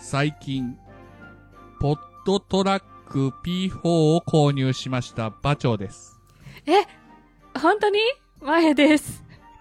最近、ポットトラック P4 を購入しました馬長です。 本当に？前です。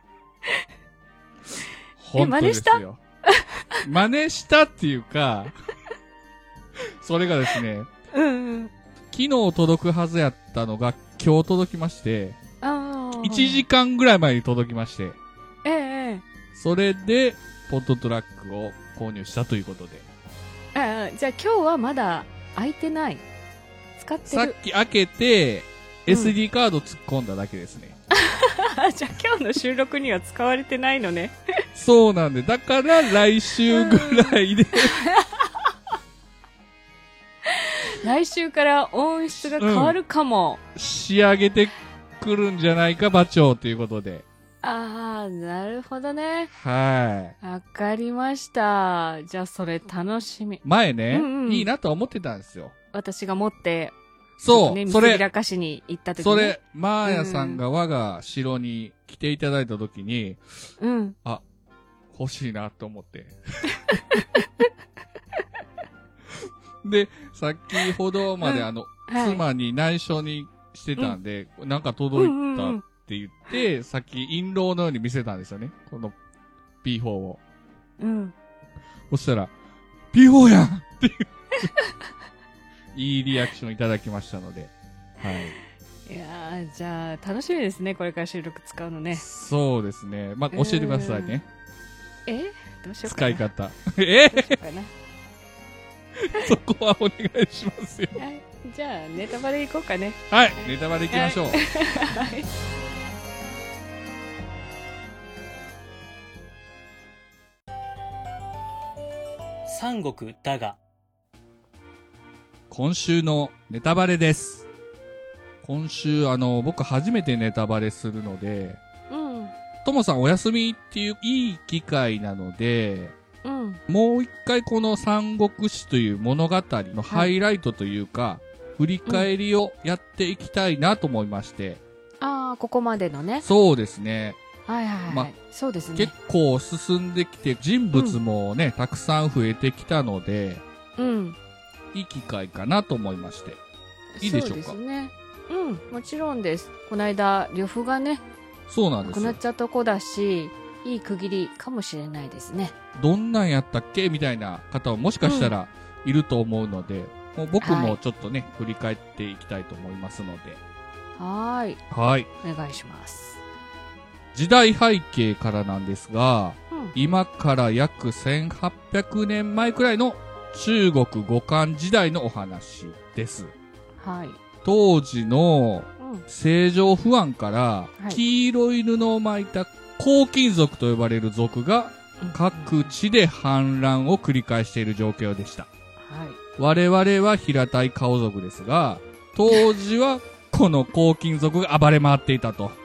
本当ですよ。真似したっていうか、それがですね、昨日届くはずやったのが今日届きまして、1時間ぐらい前に届きまして、それで、ポットトラックを購入したということで。 じゃあ今日はまだ開いてない。使ってる。 さっき開けて、SD カード突っ込んだだけですね。 じゃあ今日の収録には使われてないのね。 そうなんで、だから来週ぐらいで、 来週から音質が変わるかも。 仕上げてくるんじゃないか、馬長ということで。 なるほどね。 はい。 わかりました。じゃあそれ楽しみ。 前ね、いいなとは思ってたんですよ。 私が持って、 そう、 ね、それ、見せびらかしに行った時に、ね。 それ、マーヤさんが我が城に来ていただいた時に、欲しいなと思って。で、先ほどまで妻に内緒にしてたんで、なんか届いたって言って、さっき印籠のように見せたんですよね。この P4 を。そしたら、P4 やんっていう。いいリアクションいただきましたので。はい。 いやー、じゃあ、楽しみですね。これから収録使うのね。 そうですね。まあ、教えてくださいね。 どうしようかな。 使い方。 どうしようかな。 そこはお願いしますよ。 はい。じゃあ、ネタバレいこうかね。 はい。ネタバレいきましょう。はい。 三国だが。 今週のネタバレです。今週僕初めてネタバレするので、ともさんお休みっていういい機会なので、もう一回この三国志という物語のハイライトというか、振り返りをやっていきたいなと思いまして。 ここまでのね。 そうですね。 そうですね。 結構進んできて、人物もね、たくさん増えてきたので、いい機会かなと思いまして。いいでしょうか？そうですね。 もちろんです。この間、呂布がね、 そうなんですよ。 亡くなっちゃった子だし、いい区切りかもしれないですね。 どんなんやったっけみたいな方ももしかしたらいると思うので、もう僕もちょっとね、振り返っていきたいと思いますので。 はい。 お願いします。 時代背景からなんですが、今から約1800年前くらいの中国後漢時代のお話です。当時の政情不安から黄色い布を巻いた黄巾族と呼ばれる族が各地で反乱を繰り返している状況でした。我々は平たい顔族ですが、当時はこの黄巾族が暴れ回っていたと。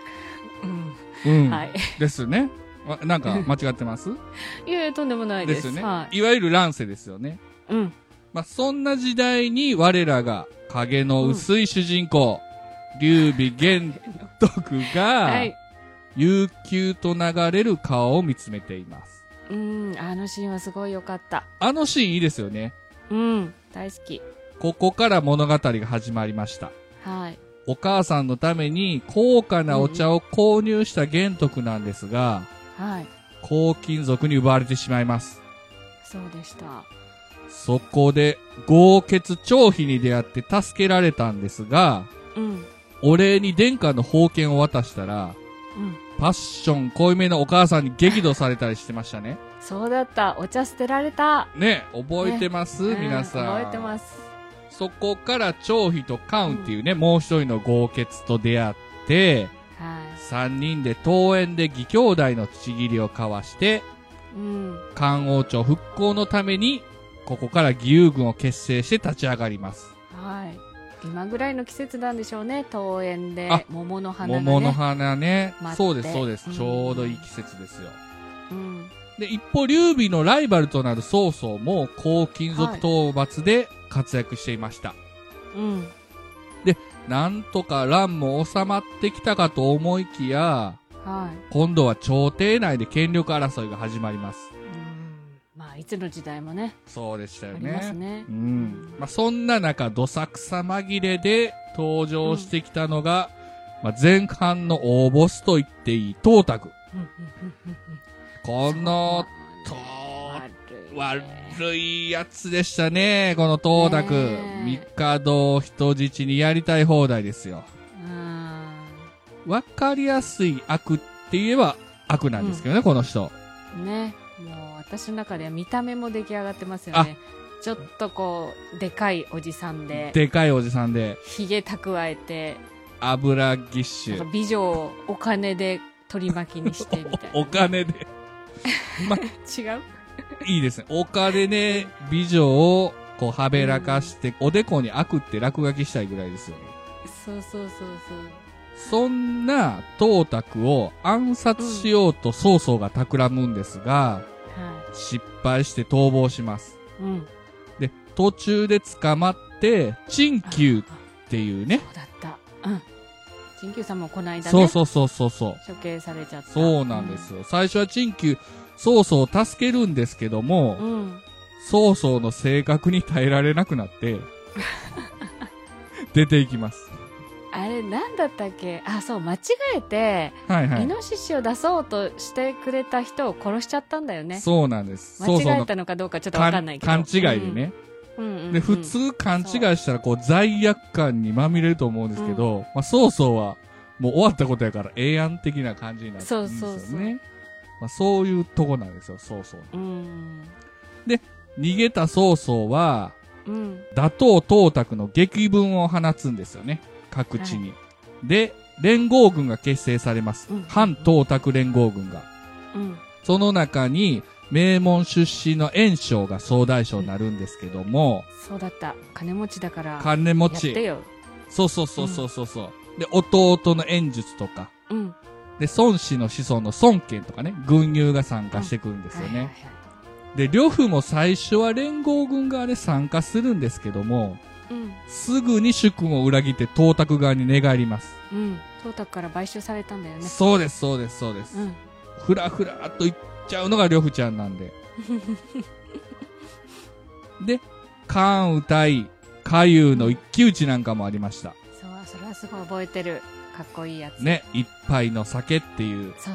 ですね。なんか間違ってます？ いやいや、とんでもないです。 ですよね。いわゆる乱世ですよね。まあ、そんな時代に我らが影の薄い主人公、劉備玄徳が、悠久と流れる川を見つめています。 あのシーンはすごい良かった。 あのシーンいいですよね。 大好き。 ここから物語が始まりました。お母さんのために高価なお茶を購入した玄徳なんですが、黄巾族に奪われてしまいます。 そうでした。 そこで豪傑張飛に出会って助けられたんですが、お礼に殿下の宝剣を渡したら、パッション濃いめのお母さんに激怒されたりしてましたね。 そうだった。お茶捨てられた。 ね、覚えてます、皆さん。 覚えてます。 そこから張飛と関羽っていうね、もう一人の豪傑と出会って、三人で桃園で義兄弟のちぎりを交わして、漢王朝復興のために、ここから義勇軍を結成して立ち上がります。 今ぐらいの季節なんでしょうね、桃園で。桃の花がね。 桃の花ね。そうです、そうです。ちょうどいい季節ですよ。で、一方、劉備のライバルとなる曹操も、黄巾族討伐で活躍していました。で、なんとか乱も収まってきたかと思いきや、今度は朝廷内で権力争いが始まります。 いつの時代もね。 そうでしたよね。 ありますね。 まあ、そんな中、どさくさ紛れで登場してきたのが、まあ、前半の大ボスと言っていい、トータク。この、悪いやつでしたね、このトータク。帝を人質にやりたい放題ですよ。わかりやすい悪って言えば悪なんですけどね、この人。 ね。もう私の中では見た目も出来上がってますよね。ちょっとこう、でかいおじさんで。 でかいおじさんで。 髭蓄えて。 油ぎっしゅ。 美女をお金で取り巻きにしてみたいな、ね。 お金で。 ま、違ういいですね。お金で美女をこうはべらかして、おでこに悪って落書きしたいぐらいですよね。 そうそうそうそう。 そんなトータクを暗殺しようと曹操が企むんですが、失敗して逃亡します。で、途中で捕まって、陳旧っていうね。 そうだった。陳旧さんもこの間ね。 そう。処刑されちゃった。 そうなんですよ。最初は陳旧、曹操を助けるんですけども、曹操の性格に耐えられなくなって、出ていきます。 あれ、なんだったっけ？そう、間違えて、イノシシを出そうとしてくれた人を殺しちゃったんだよね。 そうなんです。 間違えたのかどうかちょっとわかんないけど。 勘違いでね。で、普通勘違いしたら、こう、罪悪感にまみれると思うんですけど、まあ、曹操は、もう終わったことやから、ええやん的な感じになってるんですよね。そう。まあ、そういうとこなんですよ、曹操。で、逃げた曹操は、打倒トータクの檄文を放つんですよね。各地に。で、連合軍が結成されます。反トータク連合軍が。その中に、名門出身の袁紹が総大将になるんですけども。 そうだった。金持ちだから。 金持ち。 やってよ。 そう。で、弟の袁術とか。で、孫子の子孫の孫権とかね、軍友が参加してくるんですよね。で、呂布も最初は連合軍側で参加するんですけども、すぐに主君を裏切ってトータク側に寝返ります。 トータクから買収されたんだよね。 そうです。ふらふらっと行っちゃうのが呂布ちゃんなんで。で、関羽対夏油の一騎打ちなんかもありました。 そう、それはすごい覚えてる。かっこいいやつ。 ね、一杯の酒っていう。 そう。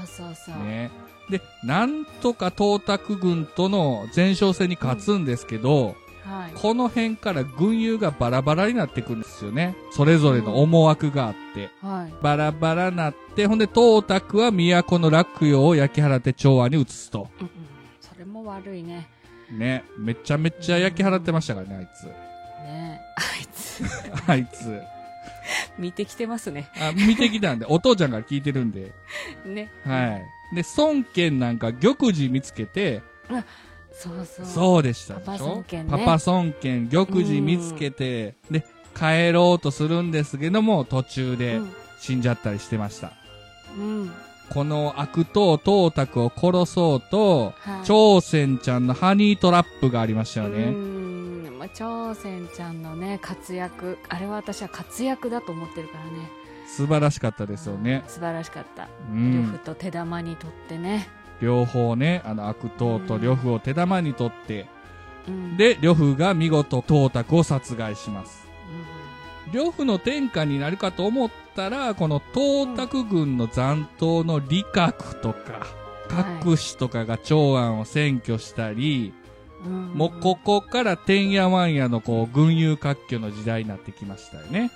ね。で、なんとかトータク軍との前哨戦に勝つんですけど、この辺から軍友がバラバラになってくるんですよね。それぞれの思惑があって。バラバラになって、ほんでトータクは都の洛陽を焼き払って長安に移すと。 それも悪いね。 ね、めちゃめちゃ焼き払ってましたからね、あいつ。 ねあいつ。 見てきてますね。 見てきたんで、お父ちゃんから聞いてるんで。 ね。 で、孫権なんか玉璽見つけて、そうでしたでしょ。パパ孫権、玉璽見つけて、で、帰ろうとするんですけども、途中で死んじゃったりしてました。この悪党トータクを殺そうと、朝鮮ちゃんのハニートラップがありましたよね。 朝鮮ちゃんのね、活躍、あれは私は活躍だと思ってるからね。 素晴らしかったですよね。 素晴らしかった。呂布と手玉にとってね。 両方ね、悪党と呂布を手玉にとって、で、呂布が見事トータクを殺害します。呂布の天下になるかと思ったら、このトータク軍の残党の李覚とか、郭子とかが長安を占拠したり、もうここからてんやわんやのこう群雄割拠の時代になってきましたよね。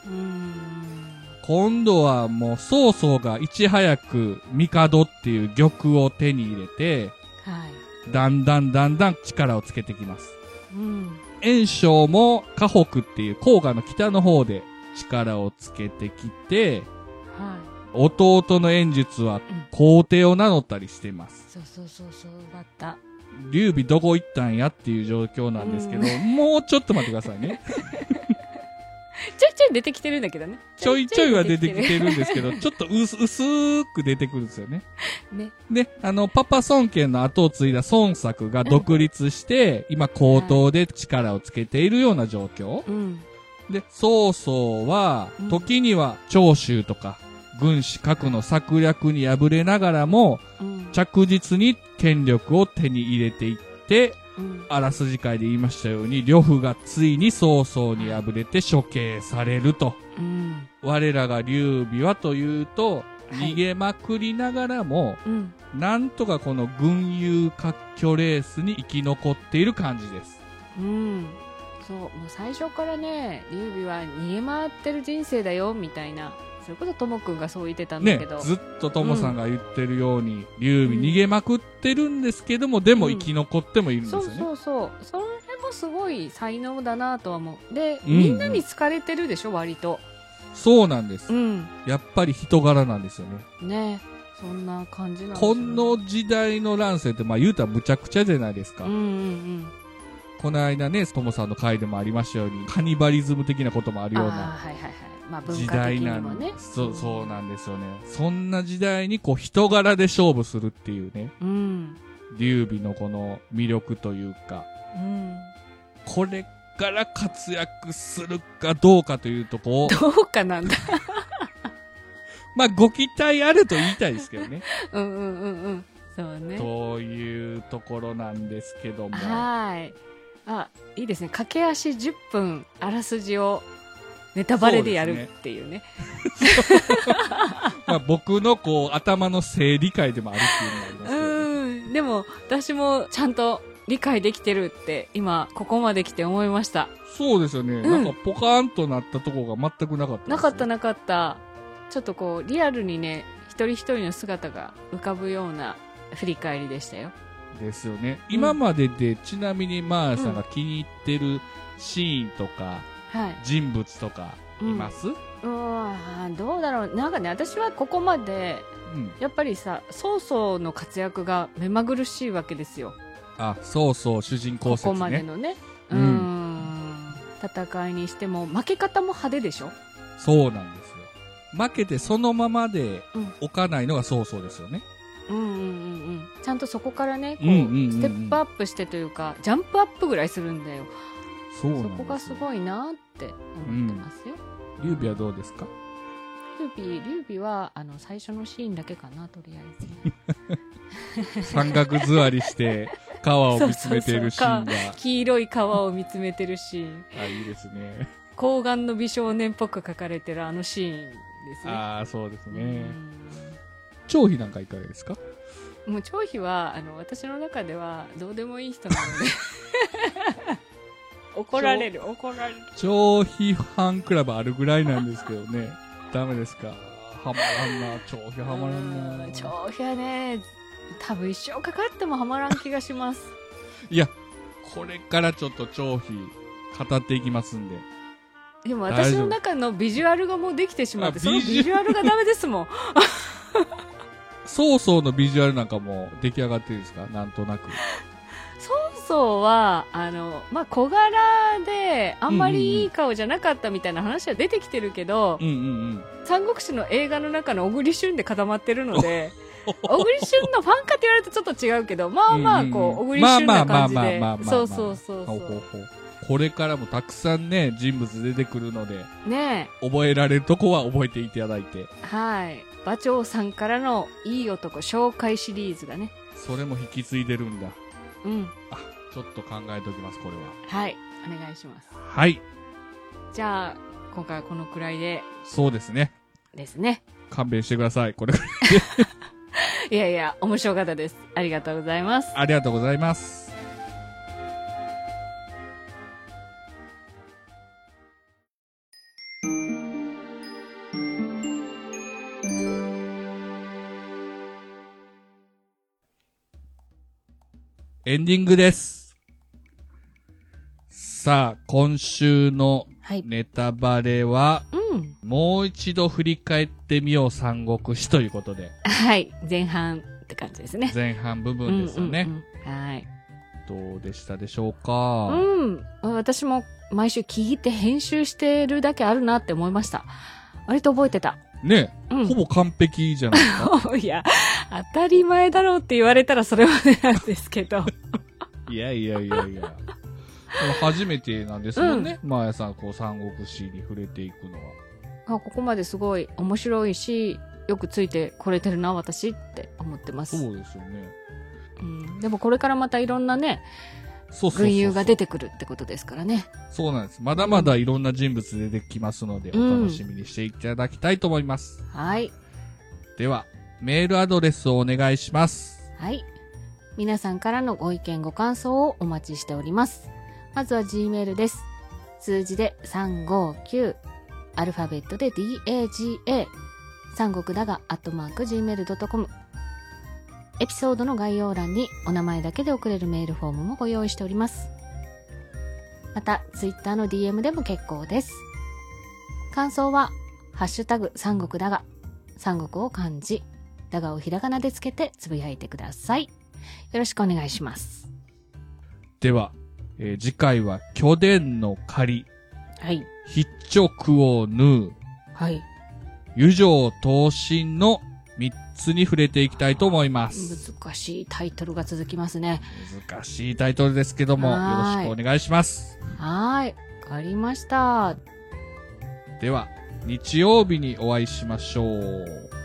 今度はもう曹操がいち早く帝っていう玉を手に入れて、だんだん力をつけてきます。袁紹も河北っていう黄河の北の方で力をつけてきて、弟の袁術は皇帝を名乗ったりしています。 そうだった。 劉備どこ行ったんやっていう状況なんですけど、もうちょっと待ってくださいね。 ちょいちょい出てきてるんだけどね。 ちょいちょいは出てきてるんですけど、ちょっと薄く出てくるんですよね。で、パパ孫権の後を継いだ孫作が独立して、今皇統で力をつけているような状況。で、曹操は、時には長州とか、軍師各の策略に敗れながらも、着実に権力を手に入れていって、あらすじ会で言いましたように、呂布がついに曹操に敗れて処刑されると。我らが劉備はというと、逃げまくりながらも、なんとかこの群雄割拠レースに生き残っている感じです。 そう、もう最初からね、劉備は逃げ回ってる人生だよ、みたいな。それこそともくんがそう言ってたんだけど。 ね、ずっとともさんが言ってるように、劉備逃げまくってるんですけども、でも生き残ってもいるんですよね。 そう。それもすごい才能だなとは思う。で、みんなに好かれてるでしょ、割と。 そうなんです。やっぱり人柄なんですよね。 ね。そんな感じなんですよね。この時代の乱世って、言うたらむちゃくちゃじゃないですか。この間ね、ともさんの回でもありましたように、カニバリズム的なこともあるような時代なんです。そうなんですよね。そんな時代に人柄で勝負するっていうね、劉備のこの魅力というか、これから活躍するかどうかというとこどうかなんだ。 ご期待あると言いたいですけどね。 そうね。 というところなんですけども。 いいですね。駆け足10分あらすじをネタバレでやるっていうね。 僕の頭の整理会でもあるっていうのがありますけど、ね。 でも私もちゃんと理解できてるって今ここまで来て思いました。 そうですよね。なんかポカーンとなったところが全くなかったですね。 なかった。ちょっとリアルにね、一人一人の姿が浮かぶような振り返りでしたよ。 ですよね。今まででちなみにマーヤさんが気に入ってるシーンとか、人物とかいます？ どうだろう。なんかね、私はここまで、やっぱりさ、曹操の活躍が目まぐるしいわけですよ。 曹操主人公説ね。 ここまでのね。戦いにしても、負け方も派手でしょ？ そうなんですよ。負けてそのままで置かないのが曹操ですよね。 ちゃんとそこからね、ステップアップしてというか、ジャンプアップぐらいするんだよ。そこがすごいなって思ってますよ。 劉備はどうですか？ 劉備は最初のシーンだけかな、とりあえず。三角座りして川を見つめてるシーンが。 黄色い川を見つめてるシーン。 いいですね。 高顔の美少年っぽく描かれてるあのシーンですね。 そうですね。張飛なんかいかがですか？ もう張飛は私の中ではどうでもいい人なので怒られる。 張飛ファンクラブあるぐらいなんですけどね。ダメですか？はまらんな。張飛はまらんな。 張飛はね、多分一生かかってもはまらん気がします。 いや、これからちょっと張飛語っていきますんで。 でも私の中のビジュアルがもうできてしまって、そのビジュアルがダメですもん。 曹操のビジュアルなんかも出来上がってるんですか？なんとなく。 曹操は、小柄で、あんまりいい顔じゃなかったみたいな話は出てきてるけど、三国志の映画の中の小栗旬で固まってるので、小栗旬のファンかって言われるとちょっと違うけど、小栗旬な感じで。そう。 これからもたくさんね、人物出てくるので、覚えられるとこは覚えていただいて。 馬長さんからのいい男紹介シリーズがね。 それも引き継いでるんだ。ちょっと考えておきます、これは。 お願いします。じゃあ、今回はこのくらいで。 そうですね。勘弁してください、これくらいで。いや、面白かったです。ありがとうございます。 ありがとうございます。エンディングです。さあ、今週のネタバレは、もう一度振り返ってみよう三国志ということで。 前半って感じですね。 前半部分ですよね。どうでしたでしょうか？ 私も毎週聞いて編集してるだけあるなって思いました。割と覚えてた。 ね、ほぼ完璧じゃないですか。 いや、当たり前だろうって言われたらそれまでなんですけど。 いや。初めてなんですもんね。マーヤさん、三国志に触れていくのは。 ここまですごい面白いし、よくついてこれてるな、私って思ってます。 そうですよね。 でもこれからまたいろんなね、群雄が出てくるってことですからね。 そうなんです。まだまだいろんな人物出てきますので、お楽しみにしていただきたいと思います。 はい。 では、メールアドレスをお願いします。 はい。皆さんからのご意見ご感想をお待ちしております。まずは Gmail です。数字で359、アルファベットで DAGA、三国だが@gmail.com。エピソードの概要欄にお名前だけで送れるメールフォームもご用意しております。また、Twitter の DM でも結構です。感想は、ハッシュタグ三国だが、三国を漢字、だがをひらがなでつけてつぶやいてください。よろしくお願いします。 では、次回は巨伝の仮。 はい。 必直を縫う。 はい。 湯上東進の3つに触れていきたいと思います。 難しいタイトルが続きますね。 難しいタイトルですけども、よろしくお願いします。 はい。わかりました。 では、日曜日にお会いしましょう。